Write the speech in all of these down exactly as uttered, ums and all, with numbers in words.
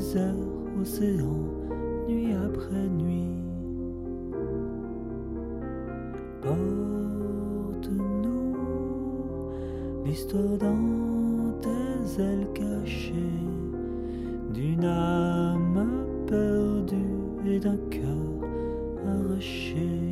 désert, océan, nuit après nuit. Porte-nous l'histoire dans tes ailes cachées, d'une âme perdue et d'un cœur arraché.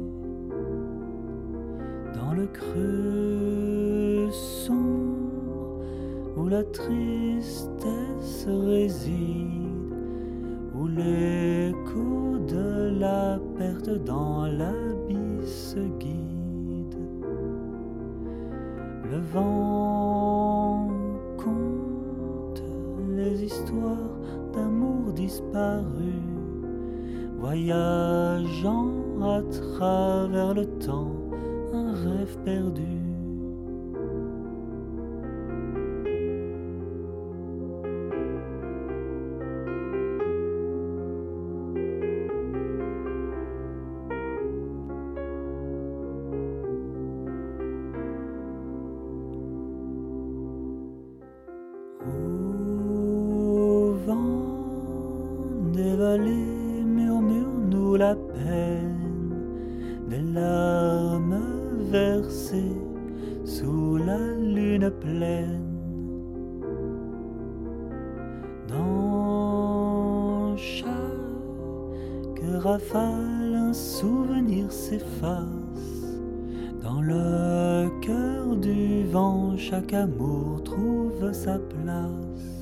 Dans le creux sombre où la tristesse réside, où l'écho de la perte dans l'abysse guide, le vent conte les histoires d'amour disparu, voyageant à travers le temps, un rêve perdu. Au vent des vallées murmure-nous la peine des larmes versées sous la lune pleine. Dans chaque rafale un souvenir s'efface, dans le cœur du vent chaque amour trouve sa place.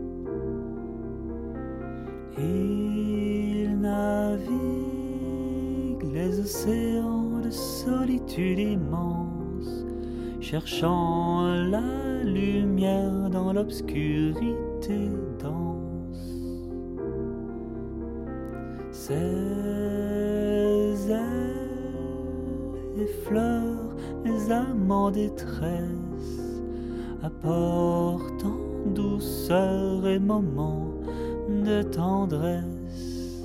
Il navigue les océans de solitude immense, cherchant la lumière dans l'obscurité dense. Ses ailes effleurent les âmes en détresse, apportant douceur et moments de tendresse.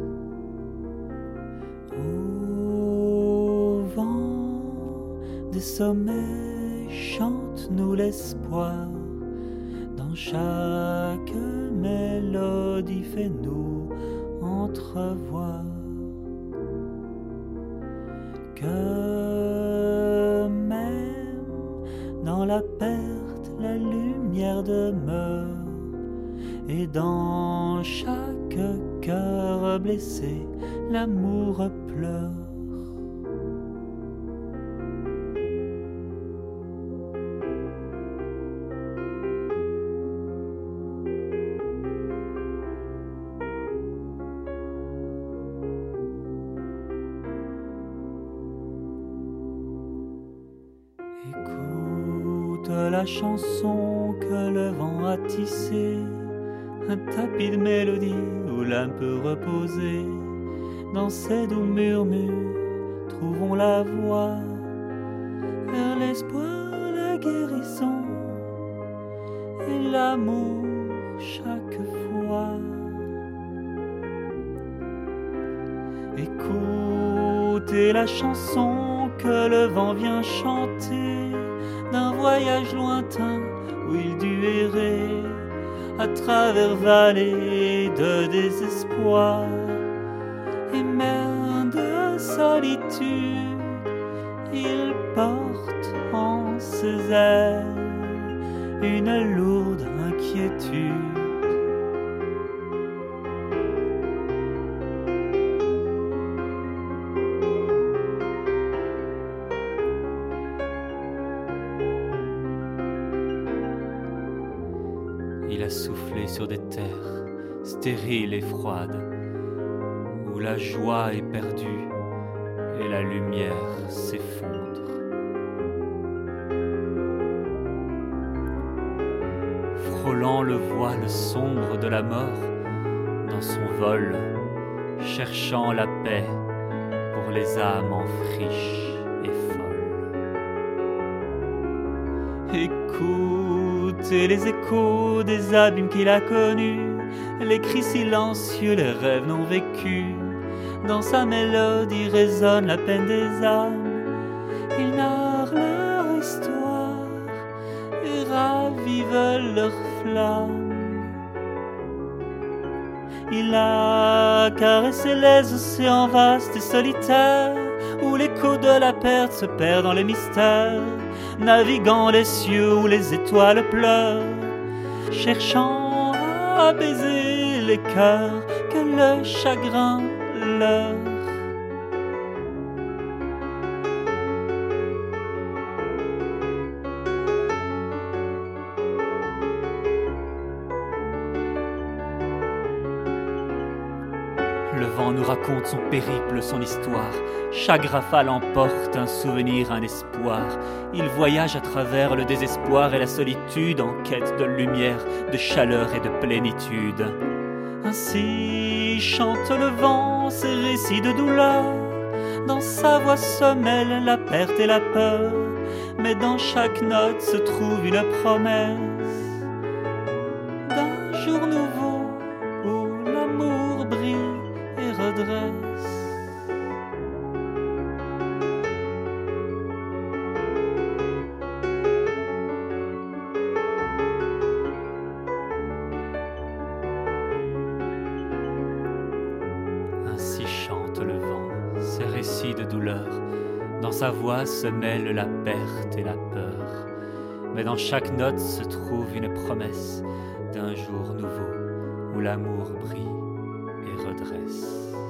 Au vent des sommets chante-nous l'espoir, dans chaque mélodie fais-nous entrevoir que même dans la perte la lumière demeure, et dans chaque cœur blessé l'amour pleure. Écoute la chanson que le vent a tissée, un tapis de mélodie où l'âme peut reposer. Dans ces doux murmures, trouvons la voie vers l'espoir, la guérison et l'amour chaque fois. Écoutez la chanson que le vent vient chanter, d'un voyage lointain où il dut errer à travers vallées de désespoir et mers de solitude. Il porte en ses ailes une lourde inquiétude. Il a soufflé sur des terres stériles et froides, où la joie est perdue et la lumière s'effondre. Frôlant le voile sombre de la mort dans son vol, cherchant la paix pour les âmes en friche et folles. Écoutez les échos des abîmes qu'il a connus, les cris silencieux, les rêves non vécus. Dans sa mélodie résonne la peine des âmes. Ils narrent leur histoire et ravivent leur flamme. Il a caressé les océans vastes et solitaires, où l'écho de la perte se perd dans les mystères, naviguant les cieux où les étoiles pleurent, cherchant à baiser les cœurs que le chagrin leur. Le vent nous raconte son périple, son histoire. Chaque rafale emporte un souvenir, un espoir. Il voyage à travers le désespoir et la solitude en quête de lumière, de chaleur et de plénitude. Ainsi chante le vent ses récits de douleur. Dans sa voix se mêlent la perte et la peur, mais dans chaque note se trouve une promesse d'un jour nouveau où l'amour brille et redresse. Ainsi chante le vent ses récits de douleur. Dans sa voix se mêlent la perte et la peur, mais dans chaque note se trouve une promesse d'un jour nouveau où l'amour brille et redresse.